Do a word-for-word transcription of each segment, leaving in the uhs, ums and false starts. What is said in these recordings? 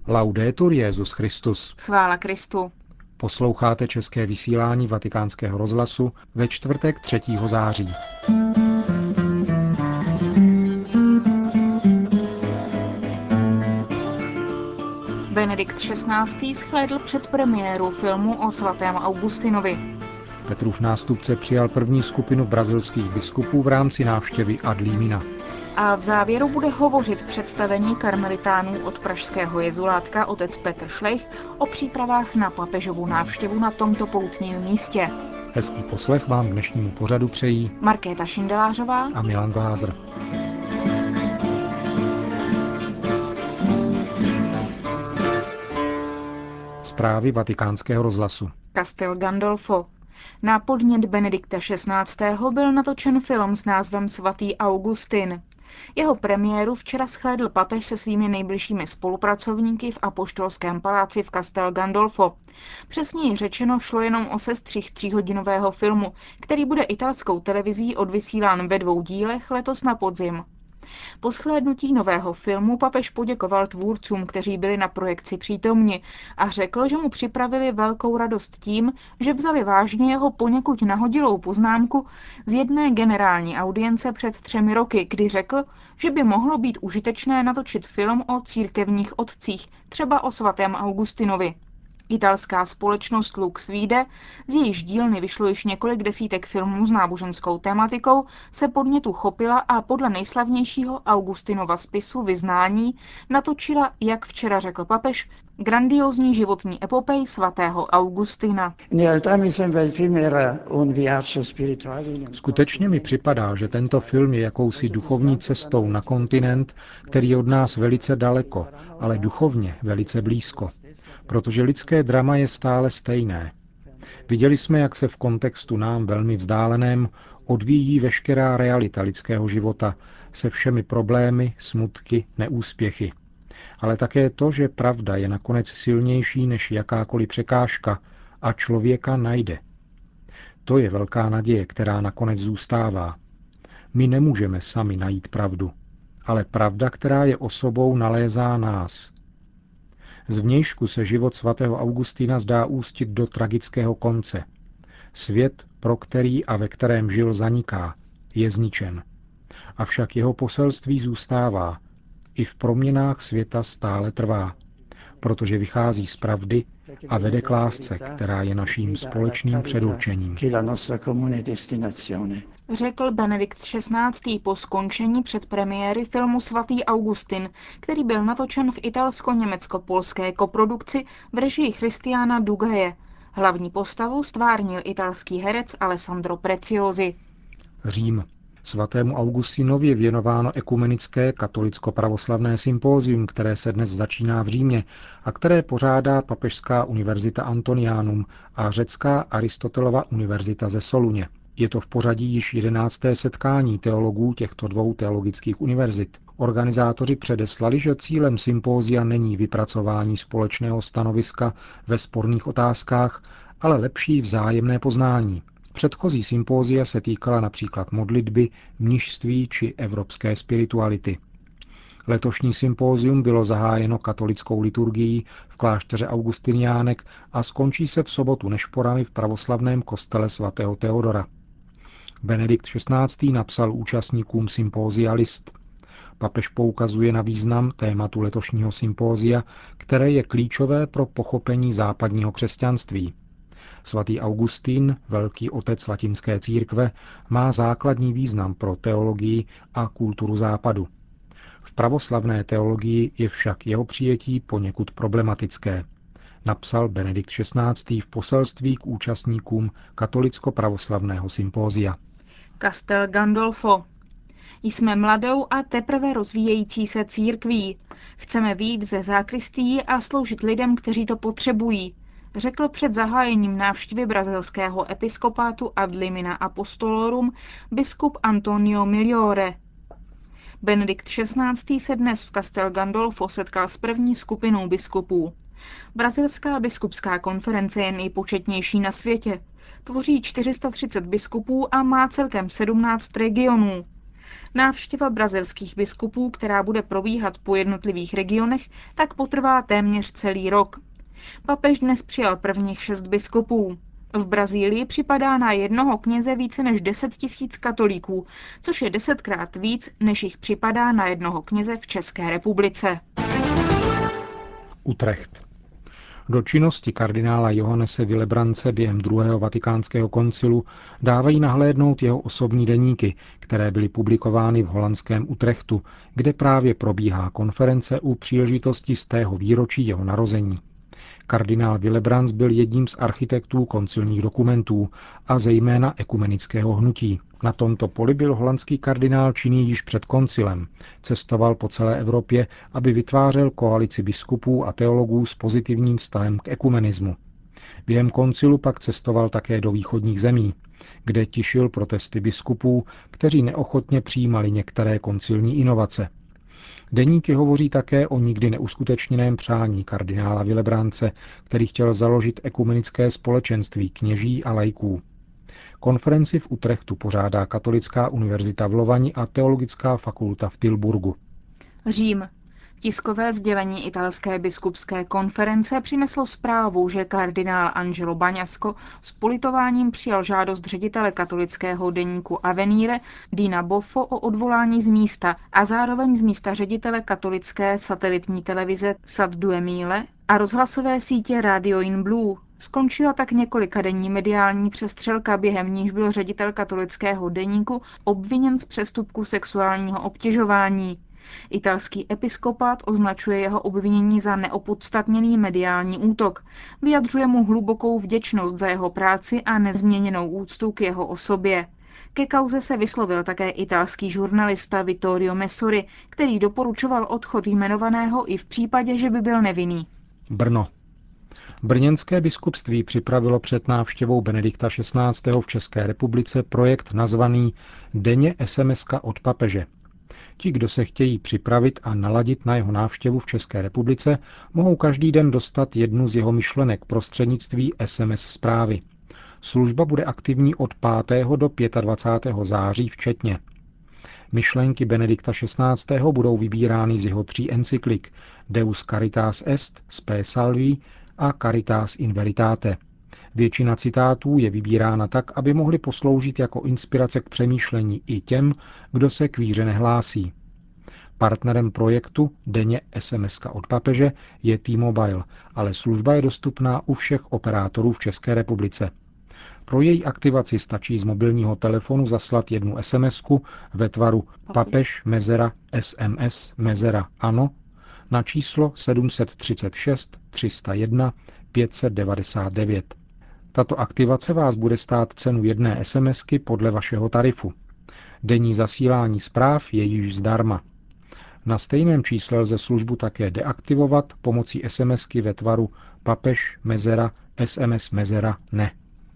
Laudetur Jesus Christus. Chvála Kristu. Posloucháte české vysílání Vatikánského rozhlasu ve čtvrtek třetího září. Benedikt šestnáctý shlédl předpremiéru filmu o svatém Augustinovi. Petrův nástupce přijal první skupinu brazilských biskupů v rámci návštěvy Ad limina. A v závěru bude hovořit představení karmelitánů od pražského jezulátka otec Petr Šlejch o přípravách na papežovu návštěvu na tomto poutním místě. Hezký poslech vám k dnešnímu pořadu přejí Markéta Šindelářová a Milan Glázer. Zprávy Vatikánského rozhlasu. Castel Gandolfo. Na podnět Benedikta šestnáctého byl natočen film s názvem Svatý Augustin. Jeho premiéru včera shlédl papež se svými nejbližšími spolupracovníky v apoštolském paláci v Castel Gandolfo. Přesněji řečeno šlo jenom o sestřih tříhodinového filmu, který bude italskou televizí odvysílán ve dvou dílech letos na podzim. Po shlédnutí nového filmu papež poděkoval tvůrcům, kteří byli na projekci přítomni, a řekl, že mu připravili velkou radost tím, že vzali vážně jeho poněkud nahodilou poznámku z jedné generální audience před třemi roky, kdy řekl, že by mohlo být užitečné natočit film o církevních otcích, třeba o svatém Augustinovi. Italská společnost Lux Vide, z jejíž dílny vyšlo již několik desítek filmů s náboženskou tematikou, se podnětu chopila a podle nejslavnějšího Augustinova spisu Vyznání natočila, jak včera řekl papež, grandiózní životní epopej svatého Augustina. Skutečně mi připadá, že tento film je jakousi duchovní cestou na kontinent, který je od nás velice daleko, ale duchovně velice blízko, protože lidské drama je stále stejné. Viděli jsme, jak se v kontextu nám velmi vzdáleném odvíjí veškerá realita lidského života se všemi problémy, smutky, neúspěchy. Ale také to, že pravda je nakonec silnější než jakákoliv překážka a člověka najde. To je velká naděje, která nakonec zůstává. My nemůžeme sami najít pravdu, ale pravda, která je osobou, nalézá nás. Zvnějšku se život svatého Augustina zdá ústit do tragického konce. Svět, pro který a ve kterém žil, zaniká, je zničen. Avšak jeho poselství zůstává. I v proměnách světa stále trvá, protože vychází z pravdy a vede k lásce, která je naším společným předurčením. Řekl Benedikt šestnáctý po skončení předpremiéry filmu Svatý Augustin, který byl natočen v italsko-německo-polské koprodukci v režii Christiana Dugaje. Hlavní postavu stvárnil italský herec Alessandro Preziosi. Řím. Svatému Augustinovi je věnováno ekumenické katolicko-pravoslavné sympózium, které se dnes začíná v Římě a které pořádá Papežská univerzita Antonianum a řecká Aristotelova univerzita ze Soluně. Je to v pořadí již jedenácté setkání teologů těchto dvou teologických univerzit. Organizátoři předeslali, že cílem sympózia není vypracování společného stanoviska ve sporných otázkách, ale lepší vzájemné poznání. Předchozí sympózia se týkala například modlitby, mnišství či evropské spirituality. Letošní sympózium bylo zahájeno katolickou liturgií v klášteře Augustiniánek a skončí se v sobotu nešporami v pravoslavném kostele svatého Teodora. Benedikt šestnáctý napsal účastníkům sympózia list. Papež poukazuje na význam tématu letošního sympózia, které je klíčové pro pochopení západního křesťanství. Svatý Augustín, velký otec latinské církve, má základní význam pro teologii a kulturu západu. V pravoslavné teologii je však jeho přijetí poněkud problematické, napsal Benedikt šestnáctý v poselství k účastníkům katolicko-pravoslavného sympózia. Castel Gandolfo. Jsme mladou a teprve rozvíjející se církví. Chceme vyjít ze zákristií a sloužit lidem, kteří to potřebují, řekl před zahájením návštěvy brazilského episkopátu Ad limina Apostolorum biskup Antonio Migliore. Benedikt šestnáctý se dnes v Castel Gandolfo setkal s první skupinou biskupů. Brazilská biskupská konference je nejpočetnější na světě. Tvoří čtyři sta třicet biskupů a má celkem sedmnáct regionů. Návštěva brazilských biskupů, která bude probíhat po jednotlivých regionech, tak potrvá téměř celý rok. Papež dnes přijal prvních šest biskupů. V Brazílii připadá na jednoho kněze více než deset tisíc katolíků, což je desetkrát víc, než jich připadá na jednoho kněze v České republice. Utrecht. Do činnosti kardinála Johannese Willebrandse během druhého vatikánského koncilu dávají nahlédnout jeho osobní deníky, které byly publikovány v holandském Utrechtu, kde právě probíhá konference u příležitosti stého výročí jeho narození. Kardinál Willebrands byl jedním z architektů koncilních dokumentů a zejména ekumenického hnutí. Na tomto poli byl holandský kardinál činný již před koncilem. Cestoval po celé Evropě, aby vytvářel koalici biskupů a teologů s pozitivním vztahem k ekumenismu. Během koncilu pak cestoval také do východních zemí, kde tišil protesty biskupů, kteří neochotně přijímali některé koncilní inovace. Deníky hovoří také o nikdy neuskutečněném přání kardinála Willebrandse, který chtěl založit ekumenické společenství kněží a laiků. Konferenci v Utrechtu pořádá Katolická univerzita v Lovani a Teologická fakulta v Tilburgu. Řím. Tiskové sdělení italské biskupské konference přineslo zprávu, že kardinál Angelo Bagnasco s politováním přijal žádost ředitele katolického deníku Avvenire Dina Boffo o odvolání z místa a zároveň z místa ředitele katolické satelitní televize Sat due mille a rozhlasové sítě Radio in Blu. Skončila tak několikadenní mediální přestřelka, během níž byl ředitel katolického deníku obviněn z přestupku sexuálního obtěžování. Italský episkopát označuje jeho obvinění za neopodstatněný mediální útok. Vyjadřuje mu hlubokou vděčnost za jeho práci a nezměněnou úctu k jeho osobě. Ke kauze se vyslovil také italský žurnalista Vittorio Messori, který doporučoval odchod jmenovaného i v případě, že by byl nevinný. Brno. Brněnské biskupství připravilo před návštěvou Benedikta šestnáctého v České republice projekt nazvaný Denně es em eska od papeže. Ti, kdo se chtějí připravit a naladit na jeho návštěvu v České republice, mohou každý den dostat jednu z jeho myšlenek prostřednictví es em es zprávy. Služba bude aktivní od pátého do dvacátého pátého září včetně. Myšlenky Benedikta šestnáctého budou vybírány z jeho tří encyklik Deus Caritas Est, Spe Salvi a Caritas in Veritate. Většina citátů je vybírána tak, aby mohly posloužit jako inspirace k přemýšlení i těm, kdo se k víře nehlásí. Partnerem projektu Denně es em eska od papeže je T-Mobile, ale služba je dostupná u všech operátorů v České republice. Pro její aktivaci stačí z mobilního telefonu zaslat jednu es em esku ve tvaru papež mezera es em es mezera ano na číslo sedm set třicet šest tři sta jedna pět set devadesát devět. Tato aktivace vás bude stát cenu jedné SMSky podle vašeho tarifu. Denní zasílání zpráv je již zdarma. Na stejném čísle lze službu také deaktivovat pomocí SMSky ve tvaru papež mezera es em es mezera ne.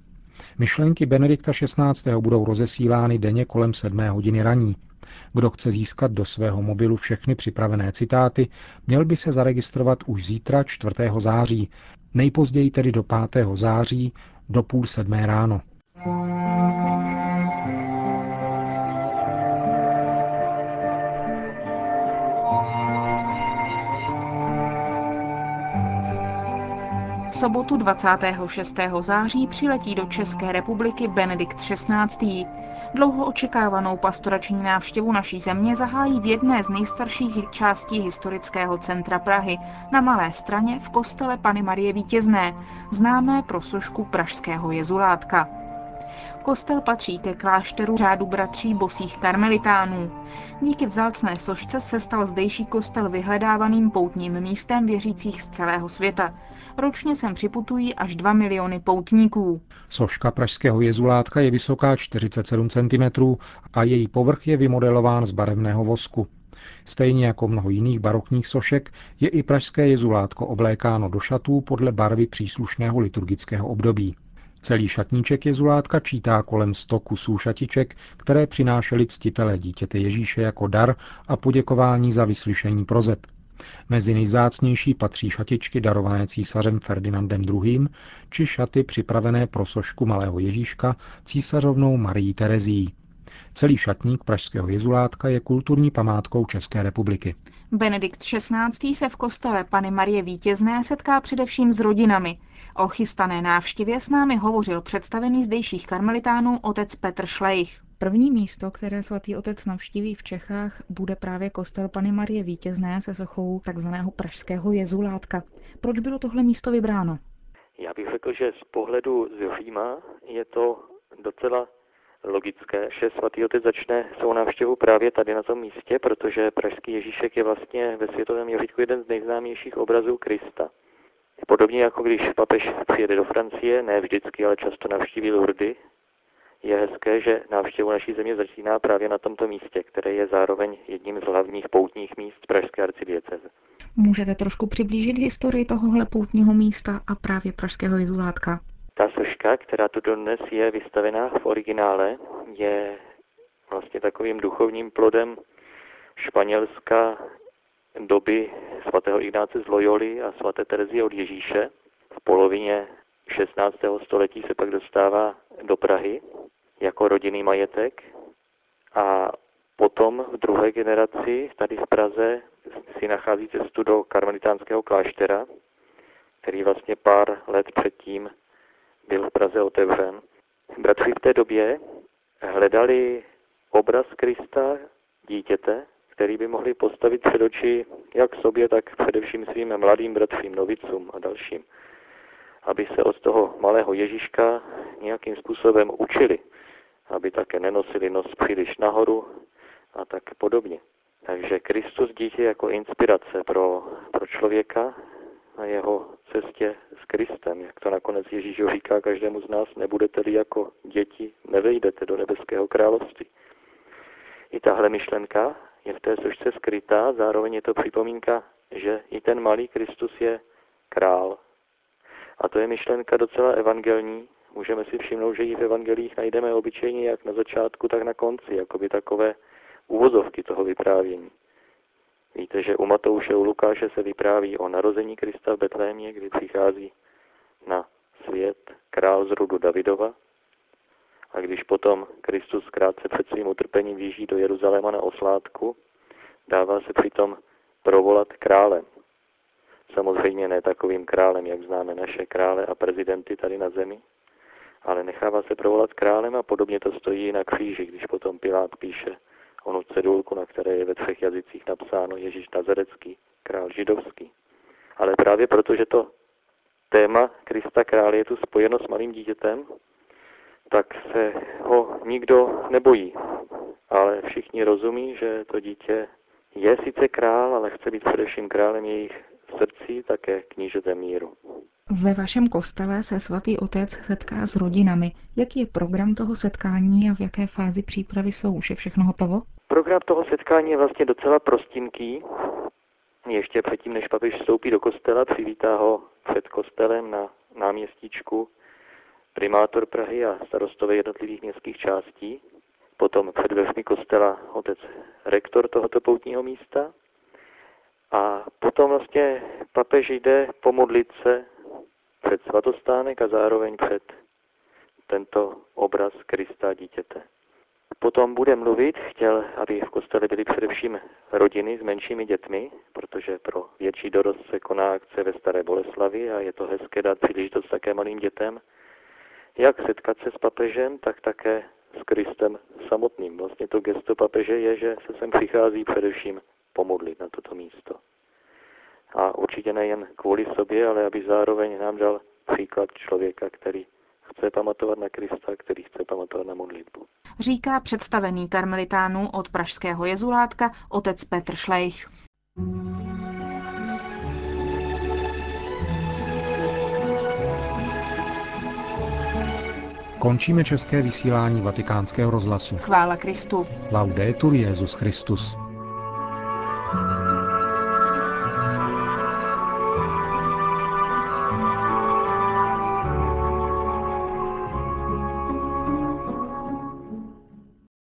Myšlenky Benedikta šestnáctého budou rozesílány denně kolem sedmé hodiny raní. Kdo chce získat do svého mobilu všechny připravené citáty, měl by se zaregistrovat už zítra čtvrtého září, nejpozději tedy do pátého září do půl sedmé ráno. V sobotu dvacátého šestého září přiletí do České republiky Benedikt šestnáctý. Dlouho očekávanou pastorační návštěvu naší země zahájí v jedné z nejstarších částí historického centra Prahy, na Malé Straně v kostele Panny Marie Vítězné, známé pro sošku pražského jezulátka. Kostel patří ke klášteru řádu bratří bosých karmelitánů. Díky vzácné sošce se stal zdejší kostel vyhledávaným poutním místem věřících z celého světa. Ročně sem připutují až dva miliony poutníků. Soška pražského jezulátka je vysoká čtyřicet sedm centimetrů a její povrch je vymodelován z barevného vosku. Stejně jako mnoho jiných barokních sošek je i pražské jezulátko oblékáno do šatů podle barvy příslušného liturgického období. Celý šatníček jezulátka čítá kolem sto kusů šatiček, které přinášeli ctitelé dítěte Ježíše jako dar a poděkování za vyslyšení prozeb. Mezi nejvzácnější patří šatičky darované císařem Ferdinandem druhým. či šaty připravené pro sošku malého Ježíška císařovnou Marií Terezií. Celý šatník pražského jezulátka je kulturní památkou České republiky. Benedikt šestnáctý. Se v kostele Panny Marie Vítězné setká především s rodinami. O chystané návštěvě s námi hovořil představený zdejších karmelitánů otec Petr Šlejch. První místo, které svatý otec navštíví v Čechách, bude právě kostel Panny Marie Vítězné se sochou takzvaného pražského jezulátka. Proč bylo tohle místo vybráno? Já bych řekl, že z pohledu z Říma je to docela logické, že svatý otec začne svou návštěvu právě tady na tom místě, protože pražský Ježíšek je vlastně ve světovém měřítku jeden z nejznámějších obrazů Krista. Podobně jako když papež přijede do Francie, ne vždycky, ale často navštíví Lourdes, je hezké, že návštěvu naší země začíná právě na tomto místě, které je zároveň jedním z hlavních poutních míst pražské arcidiecéze. Můžete trošku přiblížit historii tohohle poutního místa a právě pražského jezulátka? Ta soška, která tu dodnes je vystavená v originále, je vlastně takovým duchovním plodem Španělska doby svatého Ignáce z Loyoly a svaté Terezie od Ježíše. V polovině šestnáctého století se pak dostává do Prahy jako rodinný majetek a potom v druhé generaci tady v Praze si nachází cestu do karmelitánského kláštera, který vlastně pár let předtím byl v Praze otevřen. Bratři v té době hledali obraz Krista dítěte, který by mohli postavit před oči jak sobě, tak především svým mladým bratřím, novicům a dalším, aby se od toho malého Ježíška nějakým způsobem učili, aby také nenosili nos příliš nahoru a tak podobně. Takže Kristus dítě jako inspirace pro, pro člověka na jeho cestě s Kristem. Jak to nakonec Ježíš říká každému z nás, nebudete-li jako děti, nevejdete do nebeského království. I tahle myšlenka je v té sošce skrytá, zároveň je to připomínka, že i ten malý Kristus je král. A to je myšlenka docela evangelní. Můžeme si všimnout, že ji v evangelích najdeme obyčejně jak na začátku, tak na konci, jakoby takové úvozovky toho vyprávění. Víte, že u Matouše, u Lukáše se vypráví o narození Krista v Betlémě, kdy přichází na svět král z rodu Davidova. A když potom Kristus krátce před svým utrpením vjíždí do Jeruzaléma na oslátku, dává se přitom provolat králem. Samozřejmě ne takovým králem, jak známe naše krále a prezidenty tady na zemi, ale nechává se provolat králem a podobně to stojí na kříži, když potom Pilát píše onu cedulku, na které je ve třech jazycích napsáno Ježíš Nazarecký, král židovský. Ale právě proto, že to téma Krista krále je tu spojeno s malým dítětem, tak se ho nikdo nebojí. Ale všichni rozumí, že to dítě je sice král, ale chce být především králem jejich srdcí, také knížetem míru. Ve vašem kostele se svatý otec setká s rodinami. Jaký je program toho setkání a v jaké fázi přípravy jsou? Už je všechno hotovo? Program toho setkání je vlastně docela prostinký. Ještě předtím, než papež vstoupí do kostela, přivítá ho před kostelem na náměstíčku primátor Prahy a starostové jednotlivých městských částí. Potom před dveřmi kostela otec rektor tohoto poutního místa. A potom vlastně papež jde pomodlit se před svatostánek a zároveň před tento obraz Krista dítěte. Potom bude mluvit, chtěl, aby v kostele byly především rodiny s menšími dětmi, protože pro větší dorost se koná akce ve Staré Boleslavi a je to hezké dát příležitost také malým dětem, jak setkat se s papežem, tak také s Kristem samotným. Vlastně to gesto papeže je, že se sem přichází především pomodlit na toto místo. A určitě nejen kvůli sobě, ale aby zároveň nám dal příklad člověka, který chce pamatovat na Krista, který chce pamatovat na modlitbu. Říká představený karmelitánů od pražského jezulátka otec Petr Šlejch. Končíme české vysílání Vatikánského rozhlasu. Chvála Kristu. Laudetur Jesus Christus.